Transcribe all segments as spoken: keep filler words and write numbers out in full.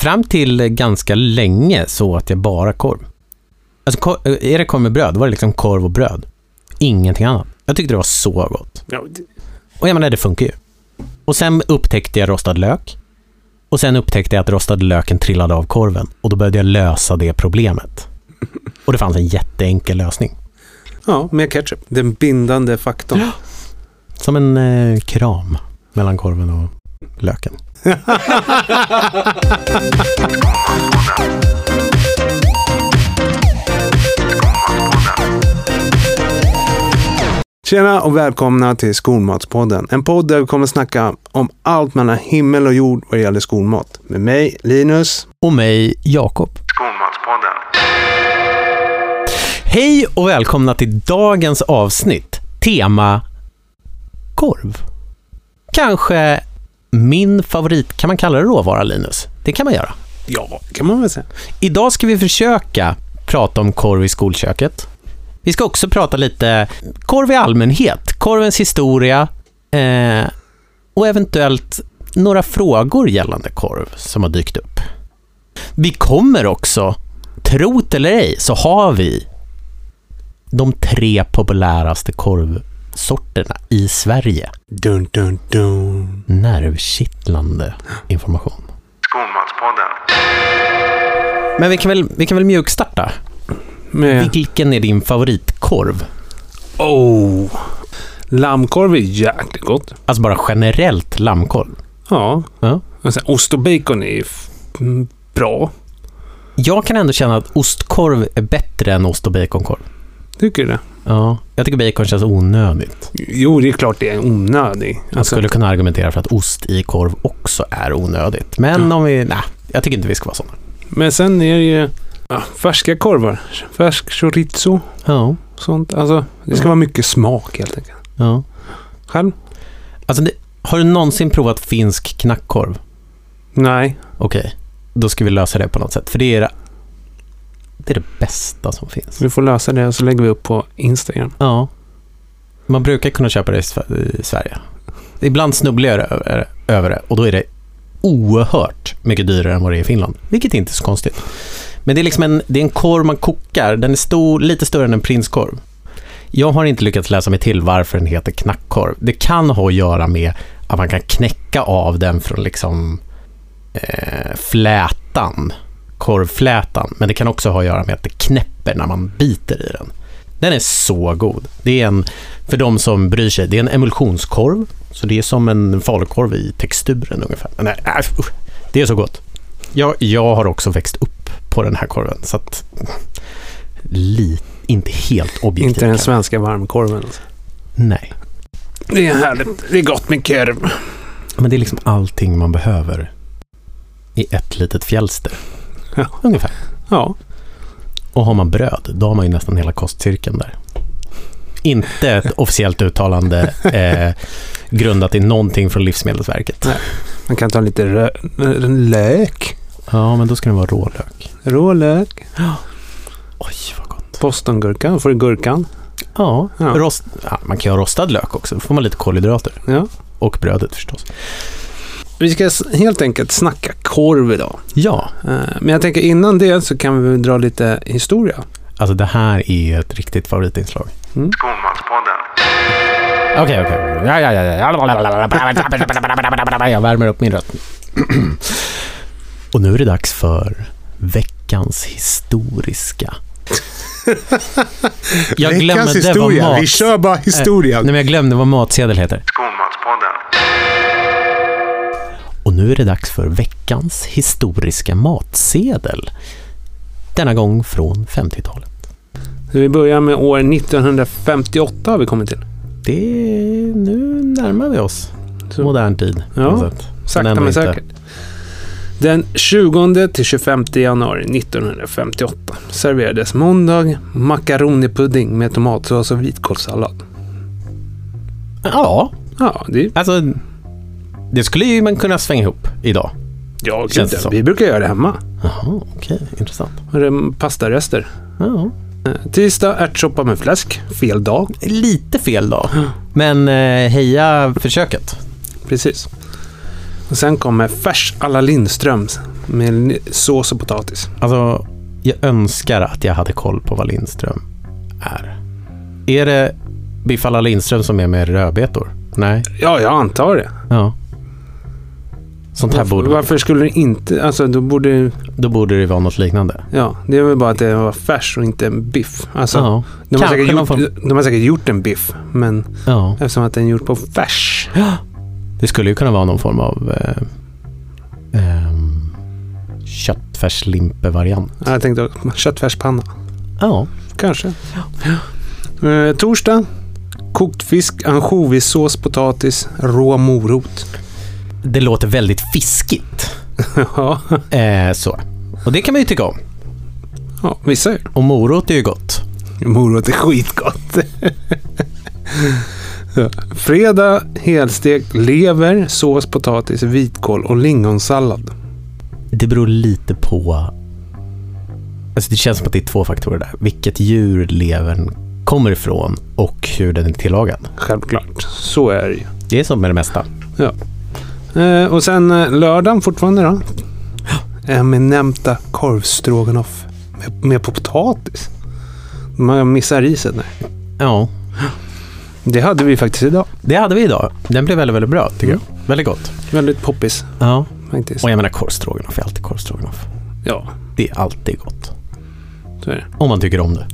fram till ganska länge så att jag bara korv. Alltså, kor- är det korv med bröd, var det liksom korv och bröd. Ingenting annat. Jag tyckte det var så gott. Ja, det... Och jag menar, det funkar ju. Och sen upptäckte jag rostad lök. Och sen upptäckte jag att rostad löken trillade av korven. Och då började jag lösa det problemet. Och det fanns en jätteenkel lösning. Ja, med ketchup. Den bindande faktorn. Ja. Som en eh, kram mellan korven och löken. Tjena och välkomna till Skolmatspodden. En podd där vi kommer snacka om allt mellan himmel och jord vad det gäller skolmat. Med mig, Linus. Och mig, Jakob. Skolmatspodden. Hej och välkomna till dagens avsnitt. Tema korv. Kanske min favorit, kan man kalla det råvara, Linus? Det kan man göra. Ja, kan man väl säga. Idag ska vi försöka prata om korv i skolköket. Vi ska också prata lite korv i allmänhet, korvens historia eh, och eventuellt några frågor gällande korv som har dykt upp. Vi kommer också, trot eller ej, så har vi de tre populäraste korvsorterna i Sverige. Dun, dun, dun. Nervkittlande information. Skolmatspodden. Men vi kan väl, vi kan väl mjukstarta. Med... Vilken är din favoritkorv? Oh, lammkorv är jäkligt gott. Alltså bara generellt lammkorv? Ja. Ja. Och sen, ost och bacon är f- bra. Jag kan ändå känna att ostkorv är bättre än ost- och baconkorv. Tycker du det? Ja, jag tycker bacon känns onödigt. Jo, det är klart det är onödigt. Jag Alltså... skulle kunna argumentera för att ost i korv också är onödigt. Men ja. om vi... Nej, jag tycker inte vi ska vara sådana. Men sen är det ju ja, färska korvar. Färsk chorizo. Ja. Sånt. Alltså, det ska ja. vara mycket smak helt enkelt. Ja. Själv? Alltså, det... har du någonsin provat finsk knackkorv? Nej. Okej, okay. Då ska vi lösa det på något sätt. För det är... Det är det bästa som finns. Vi får lösa det och så lägger vi upp på Instagram. Ja. Man brukar kunna köpa det i Sverige. Ibland snubblar jag över det. Och då är det oerhört mycket dyrare än vad det är i Finland. Vilket inte är så konstigt. Men det är liksom en, det är en korv man kokar. Den är stor, lite större än en prinskorv. Jag har inte lyckats läsa mig till varför den heter knackkorv. Det kan ha att göra med att man kan knäcka av den från liksom eh, flätan. Korvflätan, men det kan också ha att göra med att det knäpper när man biter i den. Den är så god. Det är en, för de som bryr sig, det är en emulsionskorv, så det är som en falukorv i texturen ungefär. Men nej, uh, det är så gott. Jag, jag har också växt upp på den här korven, så att li, inte helt objektivt. Inte den svenska varmkorven. Alltså. Nej. Det är härligt. Det är gott med korv. Men det är liksom allting man behöver i ett litet fjälster. Ja. Ungefär. Ja. Och har man bröd, då har man ju nästan hela kostcirkeln där. Inte ett officiellt uttalande eh, grundat i någonting från Livsmedelsverket. Nej. Man kan ta lite rö- lök. Ja, men då ska det vara rålök. Rålök. Ja. Oj, vad gott. Bostongurkan, får du gurkan? Ja, ja. Rost, ja, man kan ju ha rostad lök också. Då får man lite kolhydrater. Ja. Och brödet förstås. Vi ska helt enkelt snacka korv idag. Ja. Men jag tänker innan det så kan vi dra lite historia. Alltså det här är ett riktigt favoritinslag. Mm. Skolmatspodden. Okej, okej. Ja, ja, ja. Jag värmer upp min röst. Och nu är det dags för veckans historiska. Jag veckans historia. Mat... Vi kör bara historia. Nej, men jag glömde vad matsedel heter. Skolmatspodden. Och nu är det dags för veckans historiska matsedel. Denna gång från femtiotalet. Så vi börjar med år nittonhundrafemtioåtta har vi kommit till. Det är, nu närmar vi oss. Så. Modern tid. Ja, sakta men säkert. Den tjugonde till tjugofemte januari nittonhundrafemtioåtta serverades måndag makaronipudding med tomatsås och vitkålssallad. Ja. Ja, det... Alltså, det skulle ju man kunna svänga ihop idag. Ja, känns det. Vi brukar göra det hemma. Jaha, okej. Okay. Intressant. Och det är pastarester. Ja. Tisdag, ärtsoppa med fläsk. Fel dag. Lite fel dag. Men eh, heja försöket. Precis. Och sen kommer färs alla Lindströms med sås och potatis. Alltså, jag önskar att jag hade koll på vad Lindström är. Är det biff alla Lindström som är med rödbetor? Nej. Ja, jag antar det. Ja. Sånt här varför, borde... Varför skulle det inte... Alltså, då borde... Då borde det vara något liknande. Ja, det är väl bara att det var färs och inte en biff. Alltså, ja. de, har säkert gjort, form... de har säkert gjort en biff, men ja. eftersom att den är gjort på färs. Ja. Det skulle ju kunna vara någon form av eh, eh, köttfärslimpe-variant. Ja, jag tänkte köttfärspanna. Ja. Kanske. Ja. Eh, torsdag. Kokt fisk, ansjovisås, potatis, rå morot. Det låter väldigt fiskigt. Ja. Eh, så. Och det kan man ju tycka om. Ja, vissa är. Och morot är ju gott. Morot är skitgott. Ja. Fredag, helstekt lever, sås, potatis, vitkål och lingonsallad. Det beror lite på... Alltså det känns som att det är två faktorer där. Vilket djur levern kommer ifrån och hur den är tillagad. Självklart, så är det ju. Det är som med det mesta. Ja. Eh, och sen eh, lördagen fortfarande då. Eminenta korvstroganoff med, med potatis. Man missar riset nu. Ja. Det hade vi faktiskt idag. Det hade vi idag. Den blev väldigt, väldigt bra tycker mm. jag. Väldigt gott. Väldigt poppis. Ja. Faktiskt. Och jag menar korvstroganoff är alltid korvstroganoff. Ja. Det är alltid gott. Så är det. Om man tycker om det.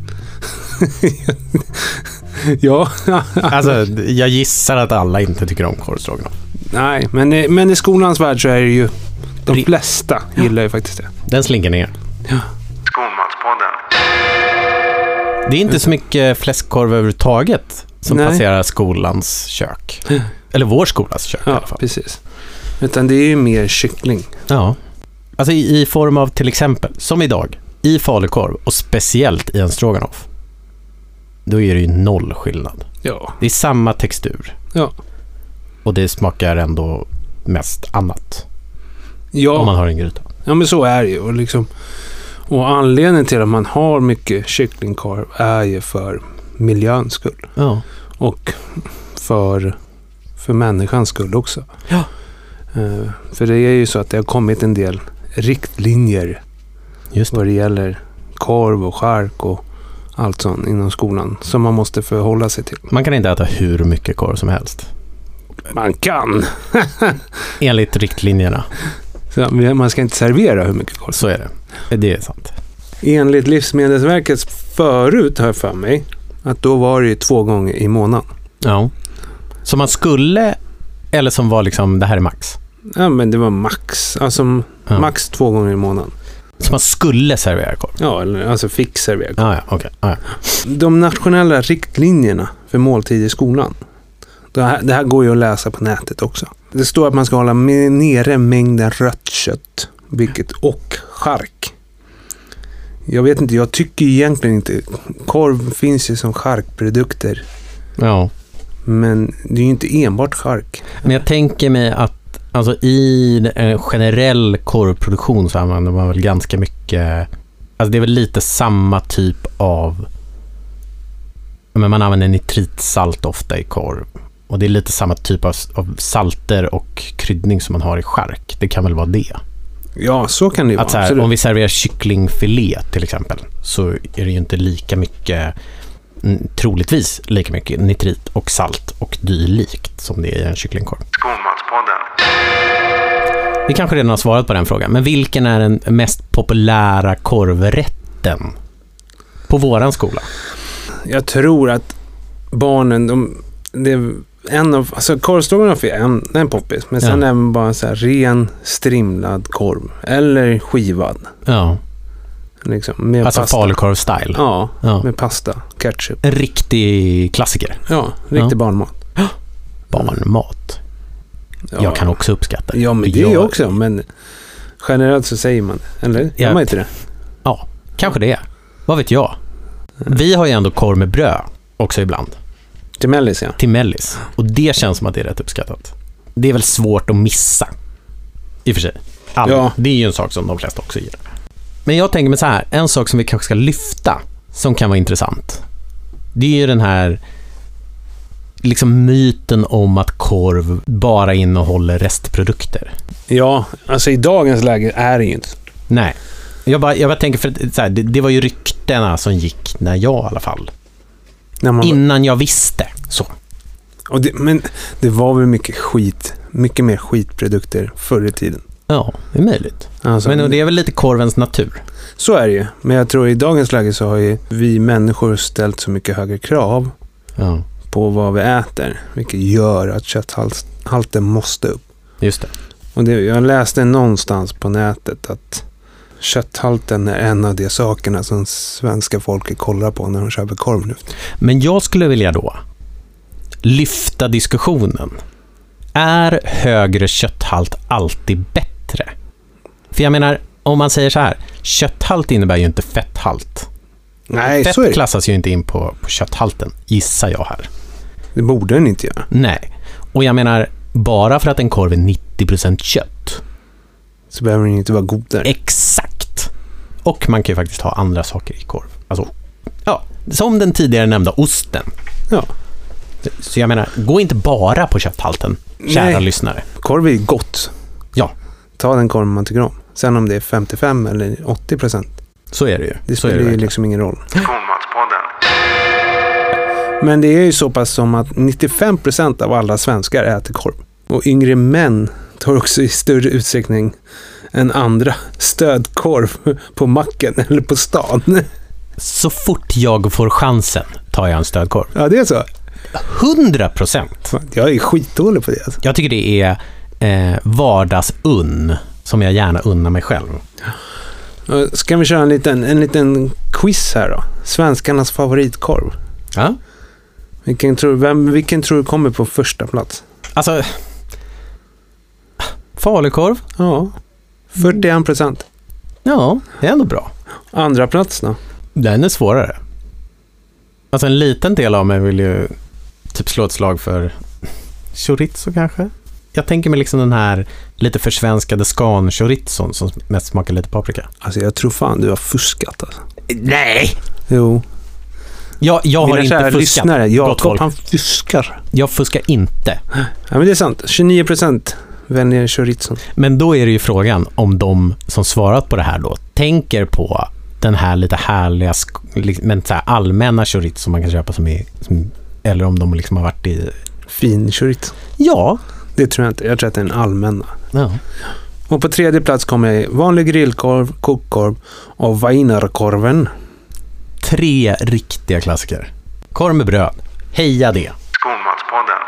Ja. Alltså, jag gissar att alla inte tycker om korvstroganoff. Nej, men, men i skolans värld så är det ju de flesta gillar ju faktiskt det. Den slinker ner. Ja. Skolmatspodden. Det är inte så mycket fläskkorv överhuvudtaget som Nej. passerar skolans kök. Eller vår skolas kök ja, i alla fall. Precis. Utan det är ju mer kyckling. Ja. Alltså i, i form av till exempel, som idag, i falukorv och speciellt i en stroganoff. Då är det ju noll skillnad. Ja. Det är samma textur. Ja. Och det smakar ändå mest annat. Ja. Om man har en gryta. Ja, men så är det ju. Och, liksom, och anledningen till att man har mycket kycklingkorv är ju för miljöns skull. Ja. Och för, för människans skull också. Ja. Uh, för det är ju så att det har kommit en del riktlinjer Just det. vad det gäller korv och chark och allt sånt inom skolan som man måste förhålla sig till. Man kan inte äta hur mycket korv som helst. Man kan! Enligt riktlinjerna. Så man ska inte servera hur mycket korv. Så är det. Det är sant. Enligt Livsmedelsverkets förut har jag för mig att då var det ju två gånger i månaden. Ja. Så man skulle, eller som var liksom, det här är max? Ja, men det var max. Alltså ja. max två gånger i månaden. Så man skulle servera korv? Ja, eller, alltså fick servera korv. Ah, ja, okay. ah, ja. De nationella riktlinjerna för måltid i skolan. Det här, det här går ju att läsa på nätet också. Det står att man ska hålla nere mängden rött kött, vilket och chark. Jag vet inte, jag tycker egentligen inte. Korv finns ju som charkprodukter. Ja. Men det är ju inte enbart chark. Men jag tänker mig att alltså i en generell korvproduktion så använder man väl ganska mycket, alltså det är väl lite samma typ av, men man använder nitritsalt ofta i korv. Och det är lite samma typ av, av salter och kryddning som man har i chark. Det kan väl vara det. Ja, så kan det ju att vara. Så här, om vi serverar kycklingfilé till exempel så är det ju inte lika mycket, troligtvis lika mycket nitrit och salt och dylikt som det är i en kycklingkorv. Skolmatspodden. Vi kanske redan har svarat på den frågan, men vilken är den mest populära korvrätten på våran skola? Jag tror att barnen, de, det är en av, alltså korvstroganoff är en, en poppis, men sen ja. är det bara så här ren strimlad korv eller skivad. Ja. Liksom, med alltså pasta. falukorv-style. Ja, ja, med pasta, ketchup. En riktig klassiker. Ja, riktig ja. barnmat. Barnmat. Ja. Jag kan också uppskatta det. Ja, men det är jag också, men generellt så säger man eller? Ja. Gör man inte det? Ja, kanske det är. Vad vet jag? Vi har ju ändå korv med bröd också ibland. Till mellis, ja. Till mellis. Och det känns som att det är rätt uppskattat. Det är väl svårt att missa. I och för sig. All, ja. Det är ju en sak som de flesta också gillar. Men jag tänker mig så här, en sak som vi kanske ska lyfta som kan vara intressant. Det är ju den här liksom myten om att korv bara innehåller restprodukter. Ja, alltså i dagens läge är det ju inte. Nej. Jag bara, jag bara tänker, för att, så här, det, det var ju ryktena som gick när jag i alla fall. När man, Innan jag visste. Så. och det, men det var väl mycket skit, mycket mer skitprodukter förr i tiden. Ja, det är möjligt. Alltså, Men det är väl lite korvens natur. så är det ju. Men jag tror i dagens läge så har ju vi människor ställt så mycket högre krav Ja, på vad vi äter. Vilket gör att kötthalten måste upp. just det. Och det, jag läste någonstans på nätet att kötthalten är en av de sakerna som svenska folket kollar på när de köper korv nu. Men jag skulle vilja då lyfta diskussionen. Är högre kötthalt alltid bättre? För jag menar, om man säger så här, kötthalt innebär ju inte fetthalt. Nej, Fett så är det. klassas ju inte in på, på kötthalten, gissar jag här. Det borde den inte göra. Nej. Och jag menar, bara för att en korv är nittio procent kött. Så behöver den inte vara godare. Exakt. Och man kan ju faktiskt ha andra saker i korv. Alltså, ja, som den tidigare nämnda osten. Ja. Så jag menar, gå inte bara på kötthalten, kära Nej. lyssnare. Korv är gott. Ja. Ta den korv man tycker om. Sen om det är femtiofem eller åttio procent. Så är det ju. Det Så är spelar det ju verkligen. liksom ingen roll. Skolmatspodden. Men det är ju så pass som att nittiofem procent av alla svenskar äter korv. Och yngre män tar också i större utsträckning än andra stödkorv på macken eller på stan. Så fort jag får chansen tar jag en stödkorv. Ja, det är så. hundra procent. Jag är skitdålig på det. Alltså. Jag tycker det är eh, vardagsunn som jag gärna unnar mig själv. Ska vi köra en liten, en liten quiz här då? Svenskarnas favoritkorv. Ja. Vilken tror, vem, vilken tror du kommer på första plats? Alltså, falukorv? Ja, fyrtioen procent. Ja, det är ändå bra. Andra plats då? Den är svårare. Alltså en liten del av mig vill ju typ slå ett slag för chorizo kanske. Jag tänker mig liksom den här lite försvenskade skan-chorizon som mest smakar lite paprika. Alltså jag tror fan du har fuskat alltså. Nej! Jo. Jag, jag har Mina inte kära fuskat. lyssnare, Gott Jakob folk. han fuskar. Jag fuskar inte. Ja men det är sant. tjugonio procent väljer chorizon. Men då är det ju frågan om de som svarat på det här då tänker på den här lite härliga sk- men så här allmänna chorizo som man kan köpa som är som, eller om de liksom har varit i... Fin chorizo. Ja. Det tror jag inte. Jag tror att det är en allmänna. Ja. Och på tredje plats kommer vanlig grillkorv, kokkorv och Wienerkorven. Tre riktiga klassiker. Korv med bröd. Heja det. Skolmatspodden.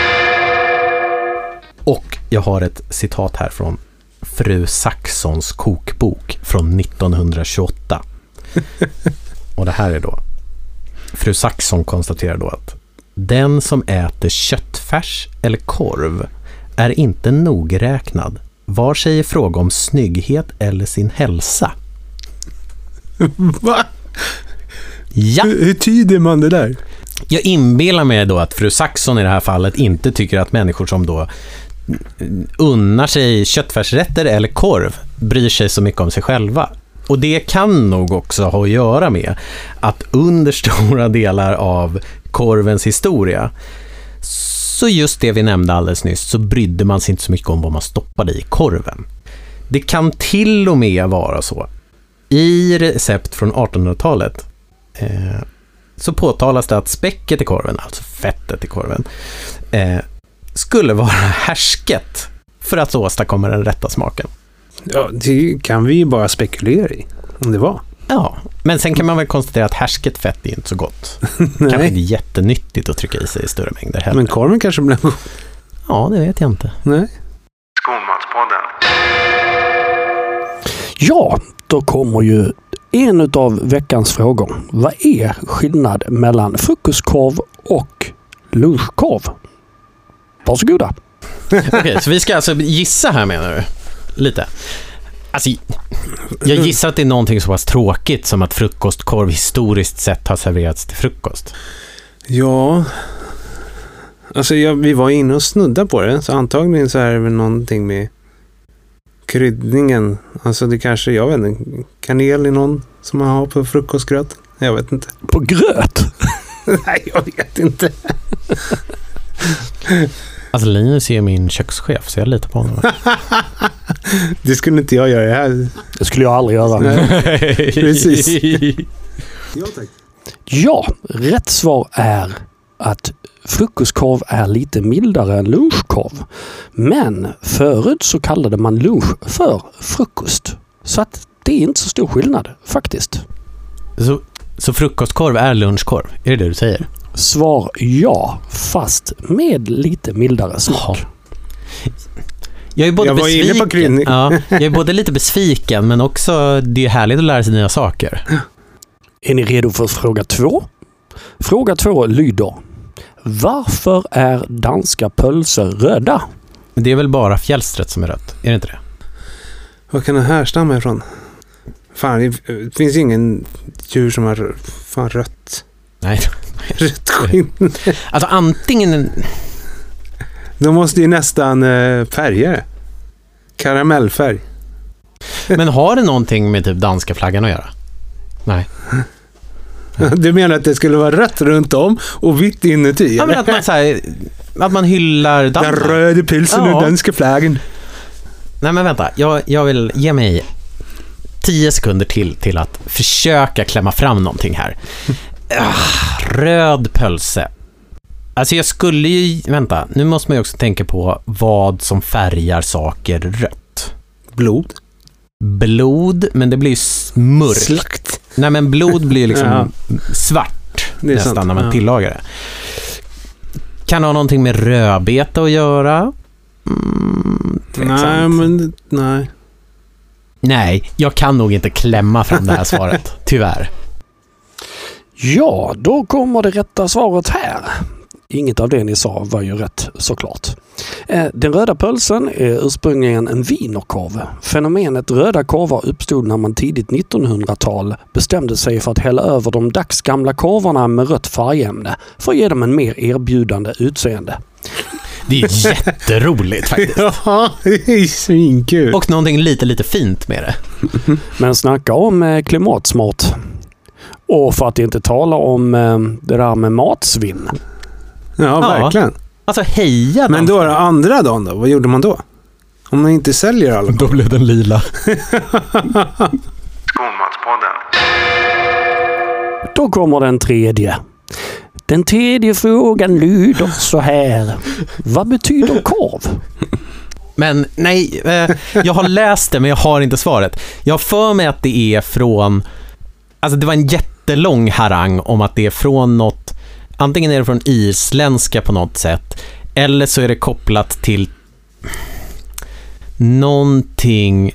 Och jag har ett citat här från Fru Saxons kokbok från nittonhundratjugoåtta. Och det här är då Fru Saxon konstaterar då att den som äter köttfärs eller korv är inte nogräknad, var sig i fråga om snygghet eller sin hälsa. Va? Ja, Hur, hur tyder man det där? jag inbillar mig då att Fru Saxon i det här fallet inte tycker att människor som då unnar sig köttfärsrätter eller korv bryr sig så mycket om sig själva. Och det kan nog också ha att göra med att under stora delar av korvens historia, så just det vi nämnde alldeles nyss, så brydde man sig inte så mycket om vad man stoppade i korven. Det kan till och med vara så. I recept från artonhundratalet eh, så påtalas det att späcket i korven, alltså fettet i korven, eh, skulle vara härsket för att åstadkomma den rätta smaken. Ja, det kan vi ju bara spekulera i. Om det var. Ja, men sen kan man väl konstatera att härsket fett är inte så gott. Kanske inte Nej. jättenyttigt att trycka i sig i större mängder heller. Men korven kanske blev god. Ja, det vet jag inte. Nej. Skolmatspodden. Ja, då kommer ju en av veckans frågor. Vad är skillnad mellan frukostkorv och lunchkorv? Varsågoda. Okej, så vi ska alltså gissa här, menar du? Lite. Alltså, jag gissar att det är någonting så pass tråkigt som att frukostkorv historiskt sett har serverats till frukost. Ja. Alltså jag, vi var inne och snudda på det. Så antagligen så är det väl någonting med kryddningen. Alltså det kanske, jag vet inte, kanel i någon som man har på frukostgröt. Jag vet inte. På gröt? Nej, jag vet inte. Alltså Linus är min kökschef, så jag litar på honom. Det skulle inte jag göra. Det, här. Det skulle jag aldrig göra. Nej, precis. Ja, tack. Ja, rätt svar är att frukostkorv är lite mildare än lunchkorv. Men förut så kallade man lunch för frukost. Så att det är inte så stor skillnad faktiskt. Så, så frukostkorv är lunchkorv? Är det det du säger? Svar ja, fast med lite mildare smak. Jaha. Jag är både jag var besviken. inne på kryddning. Ja, jag är både lite besviken, men också det är härligt att lära sig nya saker. Är ni redo för fråga två? Fråga två lyder: varför är danska pölser röda? Men det är väl bara fjällsträtt som är rött, är det inte det? Vad kan det här stamma ifrån? Fan, det finns ingen djur som har fan rött. Nej. Rött skinn. Alltså antingen... De måste ju nästan eh, färga det. Karamellfärg. Men har det någonting med typ danska flaggan att göra? Nej. Du menar att det skulle vara rött runt om och vitt inuti? Ja, men att man, så här, att man hyllar Danmark. Den röda pilsen Ja. och danska flaggen. Nej, men vänta. Jag, jag vill ge mig tio sekunder till till att försöka klämma fram någonting här. Ah, röd pölse. Alltså jag skulle ju... Vänta, nu måste man ju också tänka på vad som färgar saker rött. Blod. Blod, men det blir ju mörkt. Slakt. Nej, men blod blir liksom Ja. svart Det är nästan sant. när man Ja. tillagar det. Kan det ha någonting med rödbeta att göra? Mm, tveksamt. Nej, men nej. Nej, jag kan nog inte klämma fram det här svaret, tyvärr. Ja, då kommer det rätta svaret här. Inget av det ni sa var ju rätt, såklart. Eh, Den röda pölsen är ursprungligen en wienerkorv. Fenomenet röda korvar uppstod när man tidigt nittonhundratal bestämde sig för att hälla över de dagsgamla korvarna med rött färgämne för att ge dem en mer erbjudande utseende. Det är jätteroligt faktiskt. Ja, det är svinkul. Och någonting lite, lite fint med det. Men snacka om eh, klimatsmart. Och för att inte tala om eh, det där med matsvinn. Ja, Ja. verkligen. Alltså heja Men då är det andra dagen då? Vad gjorde man då? Om man inte säljer alla? Då blev den lila. Skolmatspodden. Då kommer den tredje. Den tredje frågan lyder så här. Vad betyder korv? Men nej, eh, jag har läst det men jag har inte svaret. Jag har för mig att det är från... Alltså det var en jättelång harang om att det är från något... Antingen är det från isländska på något sätt eller så är det kopplat till någonting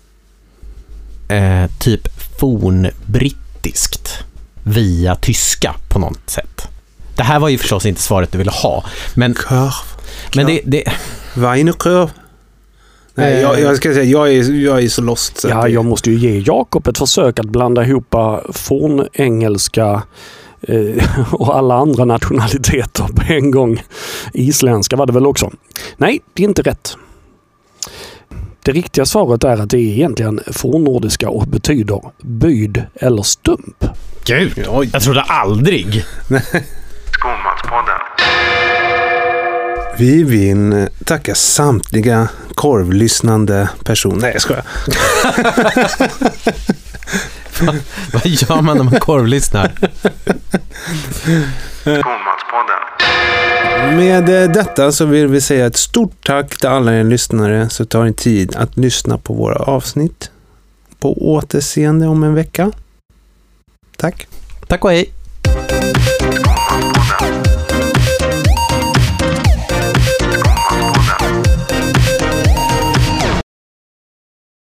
eh, typ fornbrittiskt via tyska på något sätt. Det här var ju förstås inte svaret du ville ha. Men, Korv. men det... det Wienerkorv. Nej, jag, jag ska säga, jag är, jag är så lost. Så Ja, att det- jag måste ju ge Jakob ett försök att blanda ihop fornengelska eh, och alla andra nationaliteter på en gång. Isländska var det väl också. Nej, det är inte rätt. Det riktiga svaret är att det är egentligen fornnordiska och betyder böjd eller stump. Gud, jag trodde aldrig. Skolmatspodden. Vi vill tacka samtliga korvlyssnande personer. Nej, jag skojar. Vad gör man när man korvlyssnar? Skolmatspodden. Med eh, detta så vill vi säga ett stort tack till alla er lyssnare som tar en tid att lyssna på våra avsnitt. På återseende om en vecka. Tack. Tack och hej.